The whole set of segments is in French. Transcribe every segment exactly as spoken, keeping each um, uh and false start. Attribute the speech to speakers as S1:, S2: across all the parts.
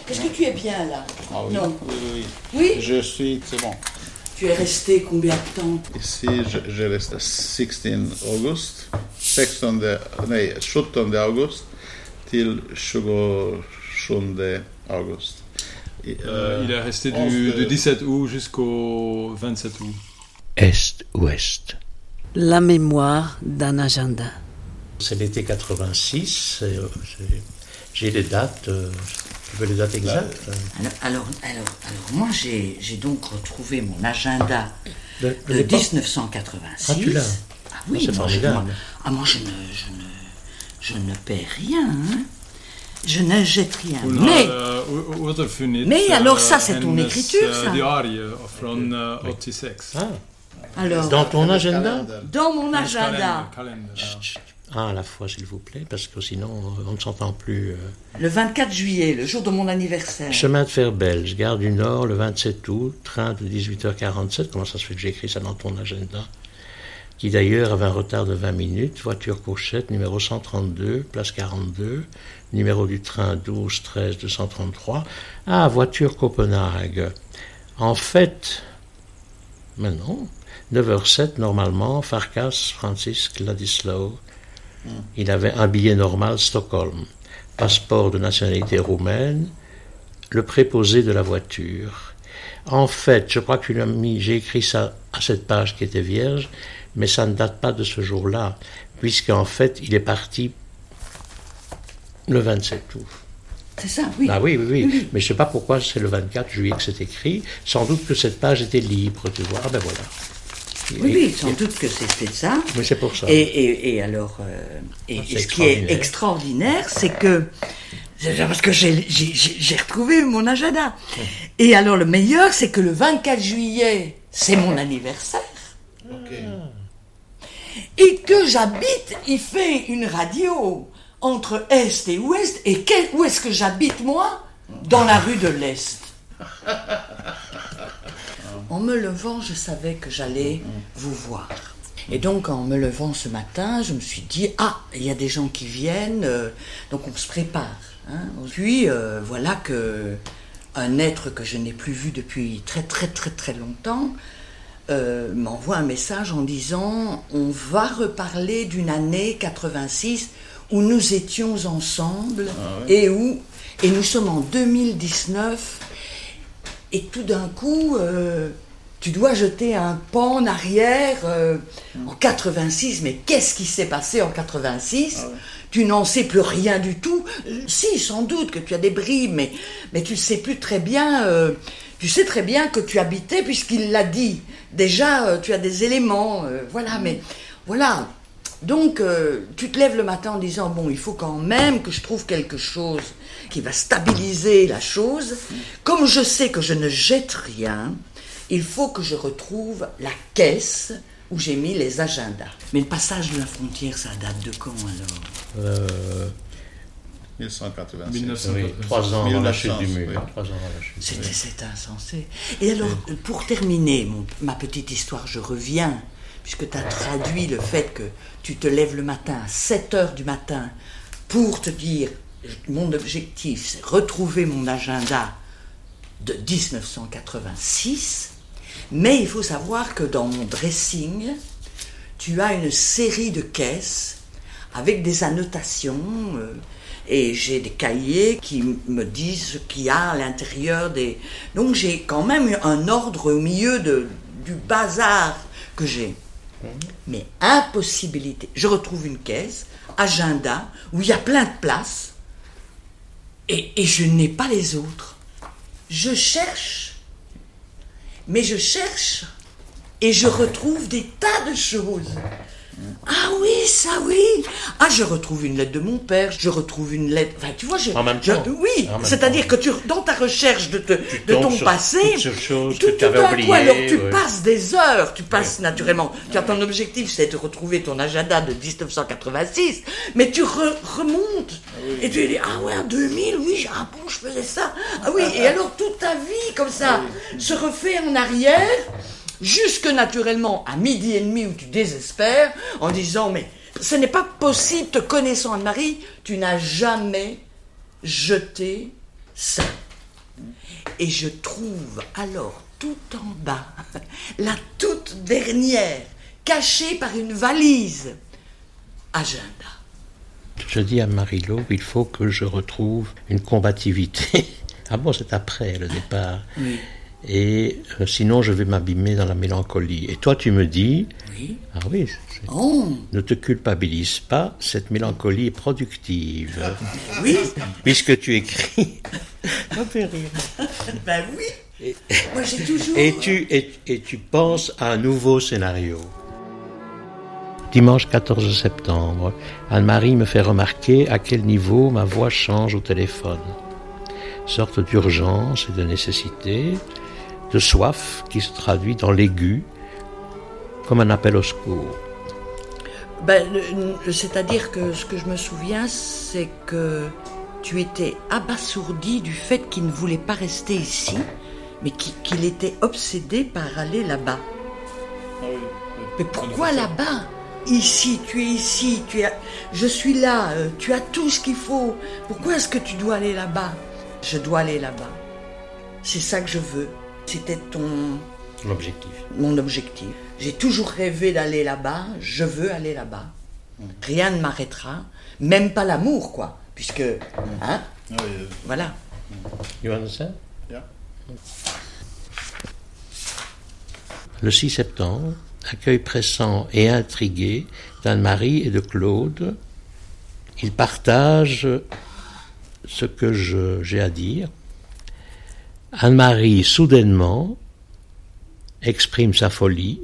S1: Est-ce que tu es bien là?
S2: Ah oui,
S1: Non.
S2: oui, oui, oui.
S1: Oui?
S2: Je suis, c'est bon.
S1: Tu es resté combien de temps?
S2: Ici, je, je reste sextonde august. sextonde, nej, sjuttonde august till tjugosjunde august. I,
S3: Euh, il est resté
S2: onze
S3: du,
S2: de-
S3: du dix-sept août jusqu'au vingt-sept août.
S4: Est-ouest.
S5: La mémoire d'un agenda.
S4: C'est l'été quatre-vingt-six. euh, j'ai- J'ai les dates. euh, Tu veux les dates exactes euh,
S1: Alors, alors, alors, alors, moi, j'ai, j'ai donc retrouvé mon agenda
S4: de, de
S1: de
S4: l'époque
S1: dix-neuf cent quatre-vingt-six.
S4: Ah, tu l'as.
S1: Ah oui,
S4: Ah, c'est
S1: moi, je,
S4: formidable.
S1: moi, ah, moi, je ne, je ne, je ne perds rien. Hein. Je ne jette rien.
S3: Hon
S1: Mais,
S3: har uh, återfunnit
S1: Mais alors ça, c'est
S3: eh,
S1: ton
S3: hennes,
S1: écriture,
S3: eh,
S1: ça.
S3: diarie från eh, åttiosex.
S4: Ah,
S1: alors,
S4: dans ton agenda
S1: dans mon
S3: Hennes
S1: agenda,
S3: kalender, kalender, ja.
S4: Chut, chut. Ah, à la fois, s'il vous plaît, parce que sinon, on ne s'entend plus. euh.
S1: le vingt-quatre juillet, le jour de mon anniversaire.
S4: Chemin de fer belge, gare du Nord, le vingt-sept août, train de dix-huit heures quarante-sept. Comment ça se fait que j'ai écrit ça dans ton agenda? Qui d'ailleurs avait un retard de vingt minutes. Voiture Courchette, numéro cent trente-deux, place quarante-deux. Numéro du train douze treize deux cent trente-trois. Ah, voiture Copenhague. En fait, mais non. neuf heures sept normalement, Farkas Francisque Ladislau. Il avait un billet normal Stockholm, passeport de nationalité roumaine, le préposé de la voiture. En fait, je crois que tu l'as mis, j'ai écrit ça à cette page qui était vierge, mais ça ne date pas de ce jour-là, puisqu'en fait, il est parti le vingt-sept août.
S1: C'est ça, oui.
S4: Ah oui, oui, oui,
S1: Oui, oui.
S4: mais je ne sais pas pourquoi c'est le vingt-quatre juillet que c'est écrit. Sans doute que cette page était libre, tu vois. Ah ben voilà.
S1: Oui,
S4: Et-
S1: oui, sans doute que c'était ça.
S4: Mais c'est pour ça.
S1: Et, et, et alors, euh, et,
S4: Ah,
S1: et
S4: c'est
S1: ce qui est
S4: extraordinaire.
S1: extraordinaire, c'est que c'est parce que j'ai, j'ai, j'ai j'ai retrouvé mon agenda. Et alors le meilleur, c'est que le vingt-quatre juillet, c'est mon anniversaire.
S2: Ok.
S1: Et que j'habite, il fait une radio entre Est et Ouest. Et quel- où est-ce que j'habite, moi? Dans la rue de l'Est. En me levant, je savais que j'allais vous voir. Et donc, en me levant ce matin, je me suis dit, ah, il y a des gens qui viennent, euh, donc on se prépare. Hein. Puis, euh, voilà que un être que je n'ai plus vu depuis très très très très longtemps euh, m'envoie un message en disant, on va reparler d'une année quatre-vingt-six où nous étions ensemble
S2: Ah ouais.
S1: et où, et nous sommes en deux mille dix-neuf. Et tout d'un coup, euh, tu dois jeter un pas en arrière euh, en quatre-vingt-six. Mais qu'est-ce qui s'est passé en quatre-vingt-six?
S2: Ah ouais.
S1: Tu n'en sais plus rien du tout. Euh, Si, sans doute que tu as des bribes, mais, mais tu ne sais plus très bien. euh, tu sais très bien que tu habitais puisqu'il l'a dit. Déjà, euh, tu as des éléments. euh, voilà, mais voilà. Donc, euh, tu te lèves le matin en disant, bon, il faut quand même que je trouve quelque chose qui va stabiliser la chose. Comme je sais que je ne jette rien, il faut que je retrouve la caisse où j'ai mis les agendas. Mais le passage de la frontière, ça date de quand alors?
S4: Euh,
S2: mille neuf cent quatre-vingt-six.
S3: mille neuf cent
S4: oui, trois ans avant la chute du mur.
S2: oui.
S4: Trois ans avant la chute.
S1: C'était c'est insensé. Et alors, pour terminer mon- ma petite histoire, je reviens, puisque tu as traduit le fait que tu te lèves le matin à sept heures du matin pour te dire, mon objectif, c'est retrouver mon agenda de dix-neuf cent quatre-vingt-six, mais il faut savoir que dans mon dressing, tu as une série de caisses avec des annotations, euh, et j'ai des cahiers qui me disent ce qu'il y a à l'intérieur des... Donc j'ai quand même un ordre au milieu de, du bazar que j'ai. Mais impossibilité. Je retrouve une caisse, agenda, où il y a plein de places, et, et je n'ai pas les autres. Je cherche, mais je cherche, et je retrouve des tas de choses. Ah oui, ça oui. Ah, je retrouve une lettre de mon père, je retrouve une lettre... Enfin, tu vois, je...
S4: En même
S1: je-
S4: temps.
S1: oui,
S4: En même
S1: c'est-à-dire
S4: temps.
S1: que tu, dans ta recherche de, te, de
S4: tombes
S1: ton
S4: sur
S1: passé...
S4: toutes ces choses
S1: tout,
S4: que tu
S1: tout
S4: avais
S1: d'un coup,
S4: oubliées,
S1: alors tu
S4: ouais.
S1: passes des heures, tu passes naturellement... Tu as ton objectif, c'est de retrouver ton agenda de dix-neuf cent quatre-vingt-six, mais tu re- remontes, et tu dis, ah ouais, en deux mille, oui, ah bon, je faisais ça. Ah oui, et alors toute ta vie, comme ça, se refait en arrière... Jusque naturellement à midi et demi où tu désespères en disant mais ce n'est pas possible, te connaissant Anne-Marie, tu n'as jamais jeté ça. Et je trouve alors tout en bas, la toute dernière, cachée par une valise, agenda.
S4: Je dis à Marie-Laure, il faut que je retrouve une combativité. Ah bon, c'est après le départ.
S1: Oui.
S4: Et euh, sinon, je vais m'abîmer dans la mélancolie. Et toi, tu me dis,
S1: Oui.
S4: ah oui, c'est-
S1: Oh,
S4: ne te culpabilise pas, cette mélancolie est productive.
S1: oui,
S4: Puisque tu écris. Ça fait rire.
S1: ben oui.
S4: Et,
S1: Moi j'ai toujours...
S4: et tu, et, et tu penses à un nouveau scénario. Dimanche quatorze septembre, Anne-Marie me fait remarquer à quel niveau ma voix change au téléphone. Sorte d'urgence et de nécessité, de soif qui se traduit dans l'aigu, comme un appel au secours.
S1: Ben, le- c'est-à-dire que ce que je me souviens, c'est que tu étais abasourdi du fait qu'il ne voulait pas rester ici, mais qu'il, qu'il était obsédé par aller là-bas.
S3: Ah oui, oui.
S1: Mais pourquoi là-bas? Ici, tu es ici, tu es... je suis là, euh, tu as tout ce qu'il faut. Pourquoi est-ce que tu dois aller là-bas? Je dois aller là-bas. C'est ça que je veux. C'était ton...
S4: L'objectif.
S1: mon objectif. J'ai toujours rêvé d'aller là-bas, je veux aller là-bas. Rien ne m'arrêtera, même pas l'amour, quoi. Puisque, hein,
S2: Ah oui,
S1: voilà.
S4: You understand?
S2: yeah.
S4: Le six septembre, accueil pressant et intrigué d'Anne-Marie et de Claude. Ils partagent ce que je- j'ai à dire. Anne-Marie, soudainement, exprime sa folie,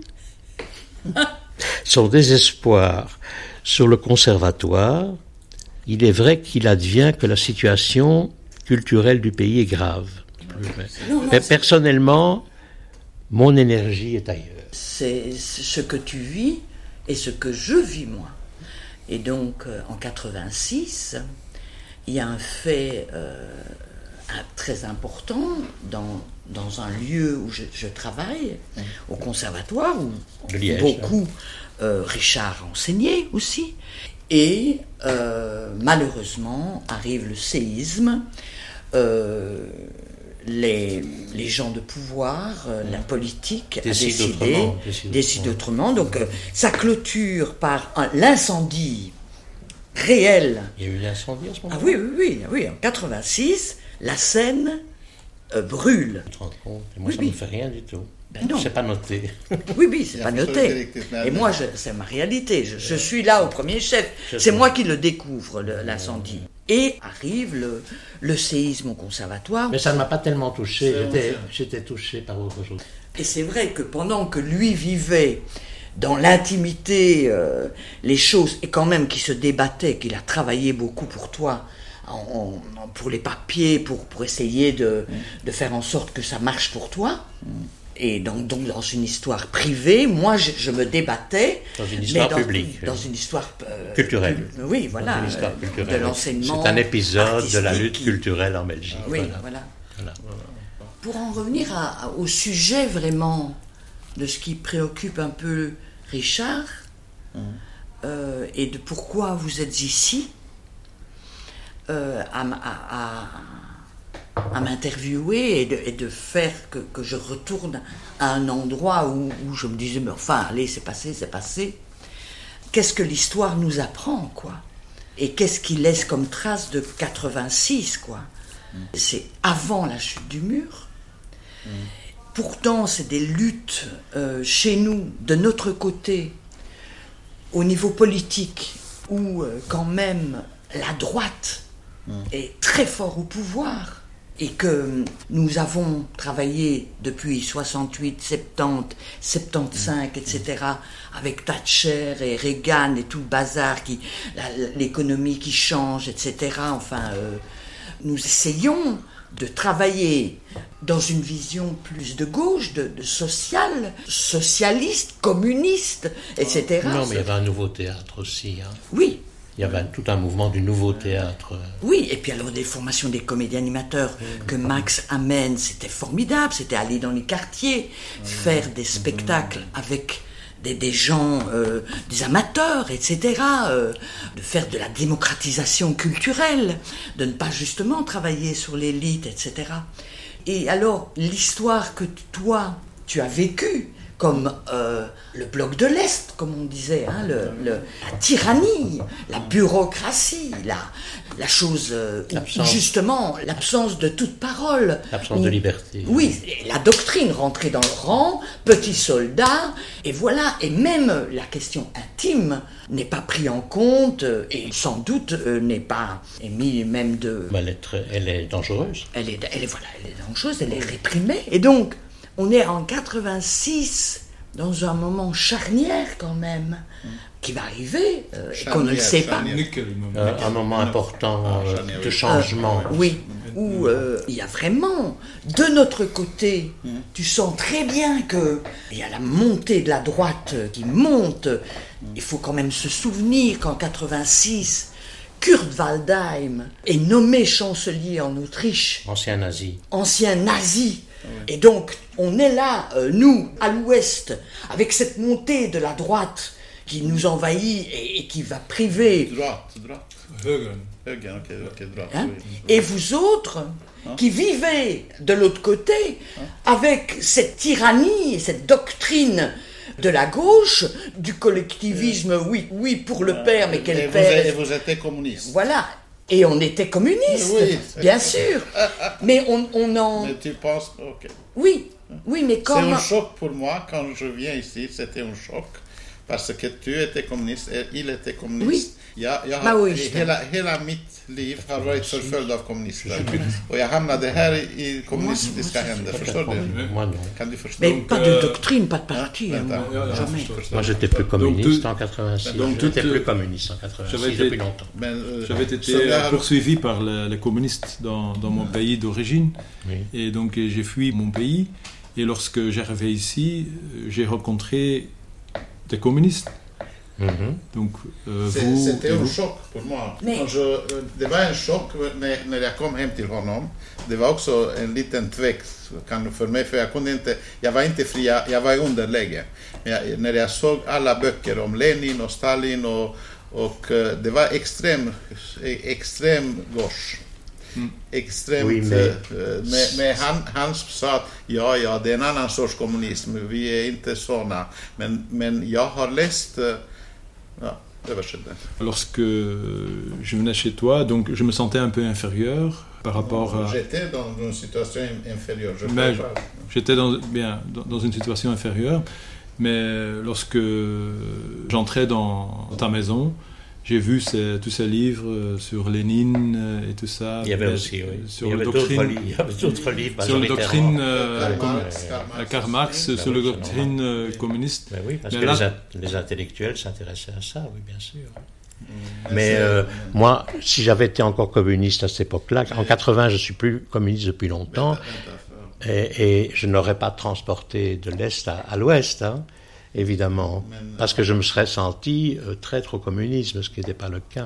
S4: son désespoir sur le conservatoire. Il est vrai qu'il advient que la situation culturelle du pays est grave.
S1: Non, non,
S4: Mais
S1: c'est-
S4: personnellement, mon énergie est ailleurs.
S1: c'est ce que tu vis et ce que je vis, moi. Et donc, euh, en quatre-vingt-six, il y a un fait euh, un- très important dans, dans un lieu où je, je travaille, au conservatoire, où
S4: De Liège,
S1: beaucoup, euh, Richard enseignait aussi. Et euh, malheureusement, arrive le séisme. Euh, les, les gens de pouvoir, euh, la politique a
S4: Décide
S1: décidé,
S4: autrement, décide
S1: décide autrement. Donc, euh, ça clôture par un- l'incendie réel.
S4: Il y a eu l'incendie à ce moment-là.
S1: Ah oui, oui, oui, oui. En quatre-vingt-six, la Seine euh, brûle.
S4: Tu te rends compte? Et moi,
S1: Oui,
S4: ça
S1: oui.
S4: ne me fait rien du tout.
S1: Ben non.
S4: C'est pas noté.
S1: Oui, oui, c'est
S2: Il y a
S1: pas
S2: plutôt
S1: noté.
S2: été électrique, mais-
S1: Et moi, je- c'est ma réalité. Je, je suis là au premier chef.
S4: Je
S1: C'est
S4: sais.
S1: moi qui le découvre, le- l'incendie. Et arrive le, le séisme au conservatoire.
S4: Mais ça ne m'a pas tellement touché.
S2: C'est
S4: J'étais,
S2: vrai.
S4: j'étais touché par autre chose.
S1: Et c'est vrai que pendant que lui vivait dans l'intimité, euh, les choses, et quand même qu'il se débattait, qu'il a travaillé beaucoup pour toi, en- en- pour les papiers, pour, pour essayer de, de faire en sorte que ça marche pour toi. Et donc, donc dans une histoire privée, moi je, je me débattais.
S4: Dans une
S1: mais
S4: histoire
S1: dans,
S4: publique.
S1: Dans une histoire euh,
S4: Culturelle.
S1: pub- oui, voilà.
S4: Dans une histoire
S1: euh,
S4: culturelle.
S1: De l'enseignement.
S4: C'est un épisode de la
S1: artistique
S4: lutte
S1: qui-
S4: culturelle en Belgique.
S1: Oui,
S4: Voilà.
S1: voilà.
S4: Voilà.
S1: Pour en revenir à- à- au sujet vraiment de ce qui préoccupe un peu Richard, euh, et de pourquoi vous êtes ici, euh, à, m- à- à- à m'interviewer et de, et de faire que, que je retourne à un endroit où, où je me disais, mais enfin, allez, c'est passé, c'est passé. Qu'est-ce que l'histoire nous apprend, quoi? Et qu'est-ce qu'il laisse comme trace de quatre-vingt-six, quoi? C'est avant la chute du mur. Pourtant, c'est des luttes euh, chez nous, de notre côté, au niveau politique, où euh, quand même la droite est très fort au pouvoir et que nous avons travaillé depuis soixante-huit, soixante-dix, soixante-quinze, et cetera, avec Thatcher et Reagan et tout le bazar, qui, la- l'économie qui change, et cetera. Enfin, euh, nous essayons de travailler dans une vision plus de gauche, de, de social, socialiste, communiste, et cetera.
S4: Non, mais il y avait un nouveau théâtre aussi. Hein.
S1: Oui,
S4: Il y avait tout un mouvement du nouveau théâtre.
S1: oui, et puis alors des formations des comédiens animateurs que Max amène, c'était formidable, c'était aller dans les quartiers, faire des spectacles avec des, des gens, euh, des amateurs, et cetera, euh, de faire de la démocratisation culturelle, de ne pas justement travailler sur l'élite, et cetera. et alors, l'histoire que toi, tu as vécue, comme euh, le bloc de l'Est, comme on disait, hein, le, le, la tyrannie, la bureaucratie, la, la chose, euh,
S4: L'absence.
S1: justement, l'absence de toute parole.
S4: L'absence
S1: On-
S4: de liberté.
S1: Oui, et la doctrine, rentrer dans le rang, petit soldat, et voilà, et même la question intime n'est pas prise en compte, euh, et sans doute euh, n'est pas émise même de...
S4: Mais elle, est très- elle est dangereuse.
S1: Elle est, elle est, voilà, elle est dangereuse, elle est réprimée. Et donc, on est en quatre-vingt-six, dans un moment charnière quand même, qui va arriver, euh, et qu'on ne le
S2: Charnière,
S1: sait pas.
S2: charnière.
S4: Euh, un moment important
S2: Ah,
S4: euh,
S2: Chanel,
S4: de
S2: oui.
S4: changement.
S1: Euh, oui, où euh, il y a vraiment, de notre côté, tu sens très bien que il y a la montée de la droite qui monte. Il faut quand même se souvenir qu'en quatre-vingt-six, Kurt Waldheim est nommé chancelier en Autriche,
S4: Ancien nazi.
S1: ancien nazi. Et donc, on est là, euh, nous, à l'ouest, avec cette montée de la droite qui nous envahit et, et qui va priver.
S2: Droite, droite.
S3: Högern.
S2: Höger, ok, ok, droite.
S1: Hein?
S2: oui.
S1: Et vous autres, qui vivez de l'autre côté, avec cette tyrannie, cette doctrine de la gauche, du collectivisme, oui, oui, pour le père, mais
S2: Et
S1: quel
S2: vous,
S1: père.
S2: et vous étiez communiste.
S1: Voilà. Et on était communistes,
S2: Oui.
S1: bien sûr. Mais on, on en...
S2: Mais tu penses, ok.
S1: Oui, oui, mais
S2: C'est
S1: comme...
S2: un choc pour moi quand je viens ici, c'était un choc. Parce que tu étais kommunist och il était kommunist.
S1: Oui.
S2: Jag, jag
S1: Men
S2: har,
S1: just det.
S2: hela, hela mitt liv har varit förföljd av kommunister. Och jag hamnade här i, i kommunistiska händer. Förstår du?
S4: Moi non.
S2: Kan du förstå?
S1: Mais
S3: Donc,
S1: pas de
S3: euh,
S1: doctrine, pas de parti, hein,
S2: attends.
S1: moi,
S3: Ja, ja,
S1: jamais.
S3: förstås.
S4: Moi, j'étais plus communiste
S3: tout-
S4: en quatre-vingt-six.
S3: donc,
S4: J'étais
S3: tout-
S4: plus communiste en quatre-vingt-six
S3: J'avais
S4: depuis
S3: été-
S4: longtemps.
S2: Men, eh,
S3: J'avais
S2: som
S3: été
S2: jag
S3: euh,
S2: har-
S3: poursuivi par les, les communistes dans, dans mon pays d'origine.
S4: Oui.
S3: Et donc euh, j'ai fui mon pays. Et lorsque j'arrivais ici, euh, j'ai rencontré des communistes.
S4: Mhm.
S3: Donc euh,
S2: C'est-
S3: vous,
S2: C'était
S3: et
S2: en
S3: vous-
S2: chock för moi.
S1: Nej.
S2: Quand je, det var en chock när, när jag kom hem till honom. Det var också en liten tveck kan för mig, för jag kunde inte, jag var inte fri, jag, jag var i underläge. Men jag, när jag såg alla böcker om Lenin och Stalin och, och eh, det var extrem, extrem gauche. Extremt,
S4: Oui, mais-
S2: eh, men, men han, han sa att ja, ja, det är en annan sorts kommunism, vi är inte såna. Men, men jag har läst, eh, ja, översätt det.
S3: Lorsque je venais chez toi, donc je me sentais un peu inférieur par rapport à...
S2: J'étais dans une situation inférieure. Je
S3: Mais
S2: peux pas-
S3: J'étais dans, bien, dans, dans une situation inférieure, mais lorsque j'entrais dans ta maison, j'ai vu ces- tous ces livres euh, sur Lénine euh, et tout ça.
S4: Il y avait
S3: mais
S4: aussi, oui.
S3: Sur
S4: Il y
S3: la
S4: avait d'autres
S3: doctrine,
S4: livres, il y avait d'autres livres
S3: sur la
S4: majoritairement.
S3: doctrine euh,
S2: Karl
S3: com-
S2: Marx, Karl
S3: à
S2: Marx
S3: Karl Marx,
S2: aussi.
S3: sur
S4: oui,
S3: la
S4: c'est
S3: doctrine euh, communiste.
S4: Ben oui, parce
S3: Mais
S4: que
S3: là-
S4: les, in- les intellectuels s'intéressaient à ça, oui, bien sûr.
S2: Men
S4: Mais
S2: sen-
S4: euh, moi, si j'avais été encore communiste à cette époque-là, en quatre-vingts, je suis plus communiste depuis longtemps,
S2: Vänta, vänta.
S4: et, et je n'aurais pas transporté de l'Est à, à l'Ouest, hein, évidemment, parce que je me serais senti euh, traître au communisme, ce qui n'était pas le cas.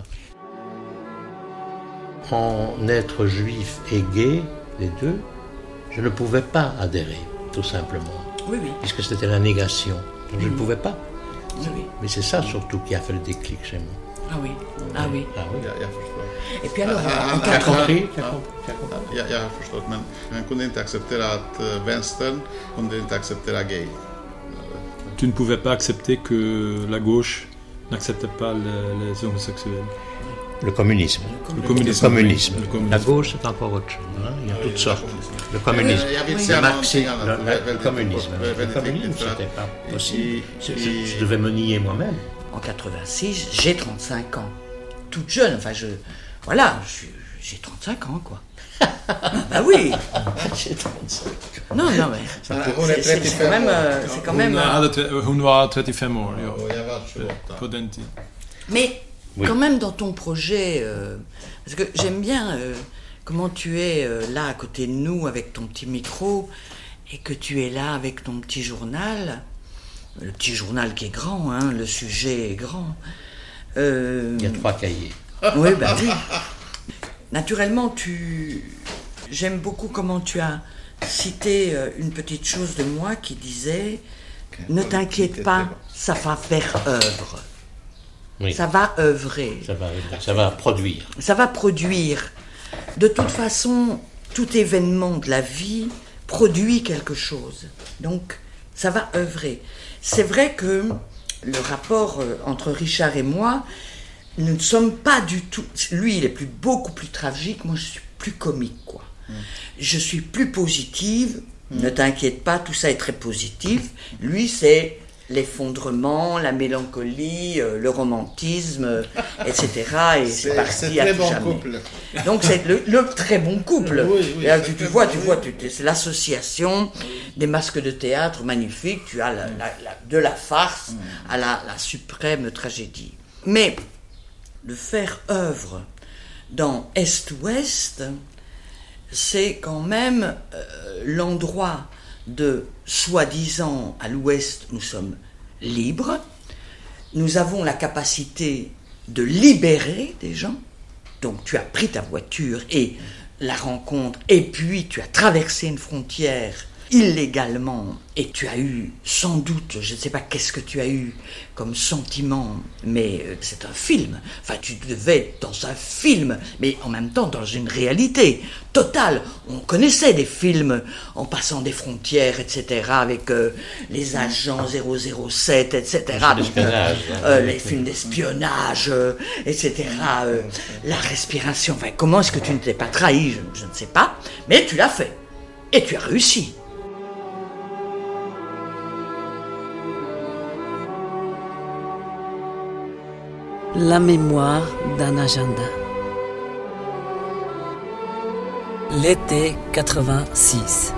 S4: En être juif et gay, les deux, je ne pouvais pas adhérer, tout simplement,
S1: Oui, oui,
S4: puisque c'était la négation. Donc je ne pouvais pas.
S1: oui, oui.
S4: Mais c'est ça surtout qui a fait le déclic chez moi.
S1: Ah oui, ah oui.
S4: Ah oui.
S2: Jag, jag förstår.
S1: Et puis alors,
S2: Ah,
S1: en
S2: ah,
S4: Tu as
S1: quatre-
S4: compris, tu as
S2: Ja.
S4: compris, tu as compris.
S2: Jag, jag har förstått, men han kunde inte acceptera att eh, vänstern kunde inte acceptera gay.
S3: Tu ne pouvais pas accepter que la gauche n'acceptait pas les, les homosexuels.
S4: Le communisme.
S3: Le
S4: Le
S3: communisme.
S4: communisme.
S3: oui, le communisme.
S4: La gauche, c'est encore autre chose. hein. Il y a toutes sortes. Le
S2: Men,
S4: communisme.
S2: eh, jag vill
S4: Le
S2: säga
S4: marxisme,
S2: någonting
S4: le,
S2: annat.
S4: le- le
S2: väldigt
S4: communisme.
S2: kort,
S4: Le
S2: väldigt
S4: communisme,
S2: viktigt, för att
S4: c'était pas possible.
S2: i-
S4: Je,
S2: i-
S4: je- je devais me nier moi-même.
S1: En quatre-vingt-six, j'ai trente-cinq ans. Toute jeune, enfin je... Voilà, je suis- j'ai trente-cinq ans, quoi. Bah oui.
S4: J'ai trente-cinq.
S1: Non, non, mais...
S2: Men hon är
S1: C'est c'est- c'est quand même... euh, c'est quand même
S3: Hon,
S1: euh,
S3: hade, tre- hon var trettiofem år, ja.
S2: Och jag var tjugoåtta.
S3: På den tiden.
S1: Mais
S4: Oui.
S1: quand même dans ton projet, euh, parce que j'aime bien euh, comment tu es euh, là à côté de nous avec ton petit micro et que tu es là avec ton petit journal, le petit journal qui est grand, hein, le sujet est grand. Euh,
S4: Il y a trois cahiers.
S1: Oui, bah oui. Naturellement, tu... j'aime beaucoup comment tu as cité euh, une petite chose de moi qui disait « Ne t'inquiète pas, ça va faire œuvre.
S4: Oui.
S1: Ça va œuvrer.
S4: Ça va, ça va produire.
S1: Ça va produire. De toute façon, tout événement de la vie produit quelque chose. Donc, ça va œuvrer. C'est vrai que le rapport entre Richard et moi, nous ne sommes pas du tout... Lui, il est plus, beaucoup plus tragique, moi je suis plus comique, quoi. Mmh. Je suis plus positive, mmh. ne t'inquiète pas, tout ça est très positif. Lui, c'est l'effondrement, la mélancolie, euh, le romantisme, euh, et cetera. Et c'est, c'est parti
S2: c'est
S1: à
S2: très
S1: tout
S2: bon
S1: jamais.
S2: Couple.
S1: Donc c'est le, le très bon couple.
S2: Oui, oui,
S1: là, tu, tu vois,
S2: bon,
S1: tu
S2: oui.
S1: vois, tu, c'est l'association oui. des masques de théâtre magnifiques. Tu as la, la, la, de la farce mmh. à la, la suprême tragédie. Mais de faire œuvre dans Est-Ouest, c'est quand même euh, l'endroit de soi-disant à l'Ouest, nous sommes libres, nous avons la capacité de libérer des gens. Donc tu as pris ta voiture et la rencontre, et puis tu as traversé une frontière illégalement, et tu as eu sans doute, je ne sais pas qu'est-ce que tu as eu comme sentiment, mais c'est un film, enfin tu devais être dans un film, mais en même temps dans une réalité totale. On connaissait des films en passant des frontières, et cetera, avec euh, les agents zéro zéro sept, et cetera. Donc, euh, euh, les films d'espionnage, euh, et cetera. Euh, la respiration, enfin comment est-ce que tu ne t'es pas trahi, je, je ne sais pas, mais tu l'as fait, et tu as réussi.
S5: La mémoire d'un agenda. L'été quatre-vingt-six.